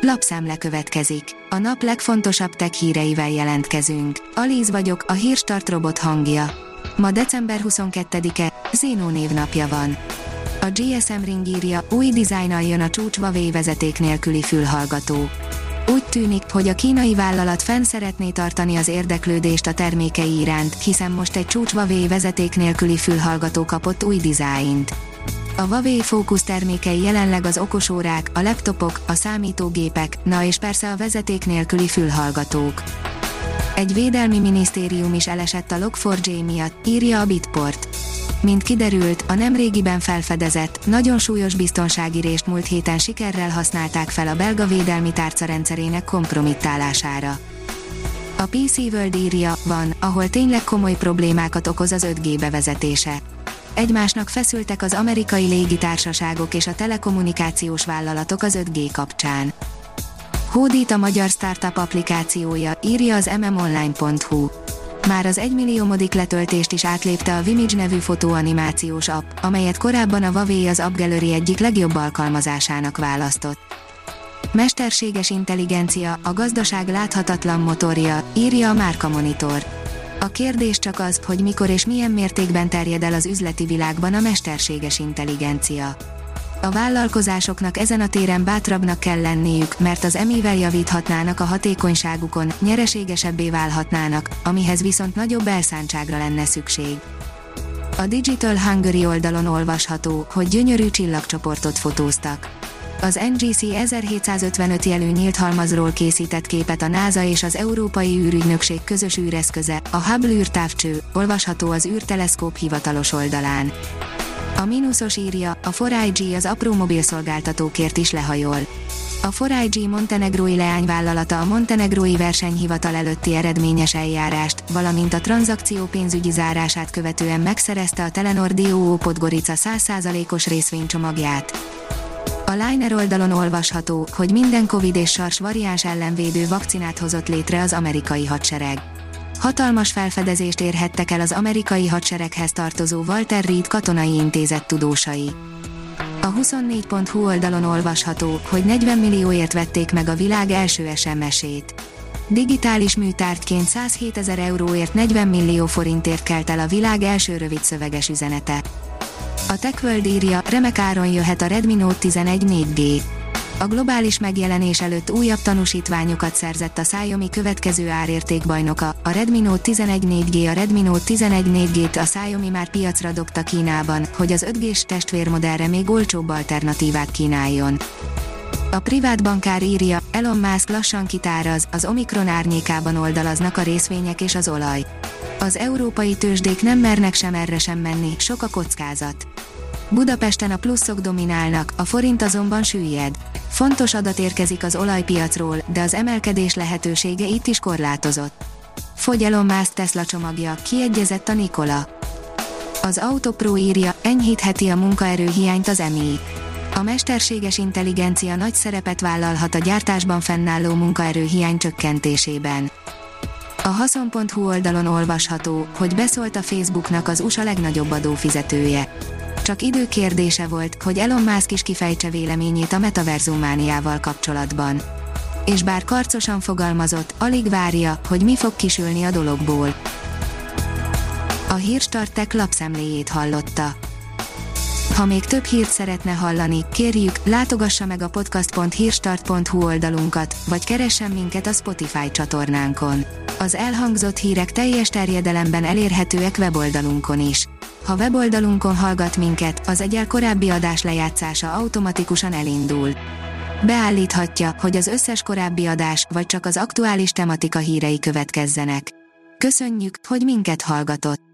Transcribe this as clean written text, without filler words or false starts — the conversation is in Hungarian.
Lapszemle következik. A nap legfontosabb tech híreivel jelentkezünk. Alíz vagyok, a Hírstart robot hangja. Ma december 22-e, Zénó névnapja van. A GSM Ring írja, új dizájnnal jön a csúcs Huawei vezeték nélküli fülhallgató. Úgy tűnik, hogy a kínai vállalat fenn szeretné tartani az érdeklődést a termékei iránt, hiszen most egy csúcs Huawei vezeték nélküli fülhallgató kapott új dizájnt. A Huawei Focus termékei jelenleg az okosórák, a laptopok, a számítógépek, na és persze a vezeték nélküli fülhallgatók. Egy védelmi minisztérium is elesett a Log4j miatt, írja a Bitport. Mint kiderült, a nemrégiben felfedezett, nagyon súlyos biztonsági rést múlt héten sikerrel használták fel a belga védelmi tárca rendszerének kompromittálására. A PC World írja, van, ahol tényleg komoly problémákat okoz az 5G bevezetése. Egymásnak feszültek az amerikai légitársaságok és a telekommunikációs vállalatok az 5G kapcsán. Hódít a magyar startup applikációja, írja az mmonline.hu. Már az 1 milliómodik letöltést is átlépte a Vimage nevű fotóanimációs app, amelyet korábban a Huawei az App Gallery egyik legjobb alkalmazásának választott. Mesterséges intelligencia, a gazdaság láthatatlan motorja, írja a Márka Monitor. A kérdés csak az, hogy mikor és milyen mértékben terjed el az üzleti világban a mesterséges intelligencia. A vállalkozásoknak ezen a téren bátrabbnak kell lenniük, mert az emivel javíthatnának a hatékonyságukon, nyereségesebbé válhatnának, amihez viszont nagyobb elszántságra lenne szükség. A Digital Hungary oldalon olvasható, hogy gyönyörű csillagcsoportot fotóztak. Az NGC 1755 jelű nyílt halmazról készített képet a NASA és az Európai űrügynökség közös űreszköze, a Hubble űrtávcső, olvasható az űrteleszkóp hivatalos oldalán. A mínuszos írja, a 4iG az apró mobilszolgáltatókért is lehajol. A 4iG montenegrói leányvállalata a montenegrói versenyhivatal előtti eredményes eljárást, valamint a tranzakció pénzügyi zárását követően megszerezte a Telenor DOO Podgorica 100%-os részvénycsomagját. A Liner oldalon olvasható, hogy minden Covid és SARS variáns ellenvédő vakcinát hozott létre az amerikai hadsereg. Hatalmas felfedezést érhettek el az amerikai hadsereghez tartozó Walter Reed katonai intézet tudósai. A 24.hu oldalon olvasható, hogy 40 millióért vették meg a világ első SMS-ét. Digitális műtárgyként 107 000 euróért 40 millió forintért kelt el a világ első rövidszöveges üzenete. A TechWorld írja, remek áron jöhet a Redmi Note 11 4G. A globális megjelenés előtt újabb tanúsítványokat szerzett a Xiaomi következő árértékbajnoka, a Redmi Note 11 4G. A Redmi Note 11 4G-t a Xiaomi már piacra dobta Kínában, hogy az 5G-s testvérmodellre még olcsóbb alternatívát kínáljon. A privát bankár írja, Elon Musk lassan kitáraz, az Omikron árnyékában oldalaznak a részvények és az olaj. Az európai tőzsdék nem mernek sem erre sem menni, sok a kockázat. Budapesten a pluszok dominálnak, a forint azonban süllyed. Fontos adat érkezik az olajpiacról, de az emelkedés lehetősége itt is korlátozott. Fogy Elon Musk Tesla csomagja, kiegyezett a Nikola. Az Autopro írja, enyhítheti a munkaerőhiányt az EMI. A mesterséges intelligencia nagy szerepet vállalhat a gyártásban fennálló munkaerőhiány csökkentésében. A haszon.hu oldalon olvasható, hogy beszólt a Facebooknak az USA legnagyobb adófizetője. Csak idő kérdése volt, hogy Elon Musk is kifejtse véleményét a metaverzummániával kapcsolatban. És bár karcosan fogalmazott, alig várja, hogy mi fog kisülni a dologból. A Hírstart Tech lapszemléjét hallotta. Ha még több hírt szeretne hallani, kérjük, látogassa meg a podcast.hírstart.hu oldalunkat, vagy keressen minket a Spotify csatornánkon. Az elhangzott hírek teljes terjedelemben elérhetőek weboldalunkon is. Ha weboldalunkon hallgat minket, az egyel korábbi adás lejátszása automatikusan elindul. Beállíthatja, hogy az összes korábbi adás, vagy csak az aktuális tematika hírei következzenek. Köszönjük, hogy minket hallgatott!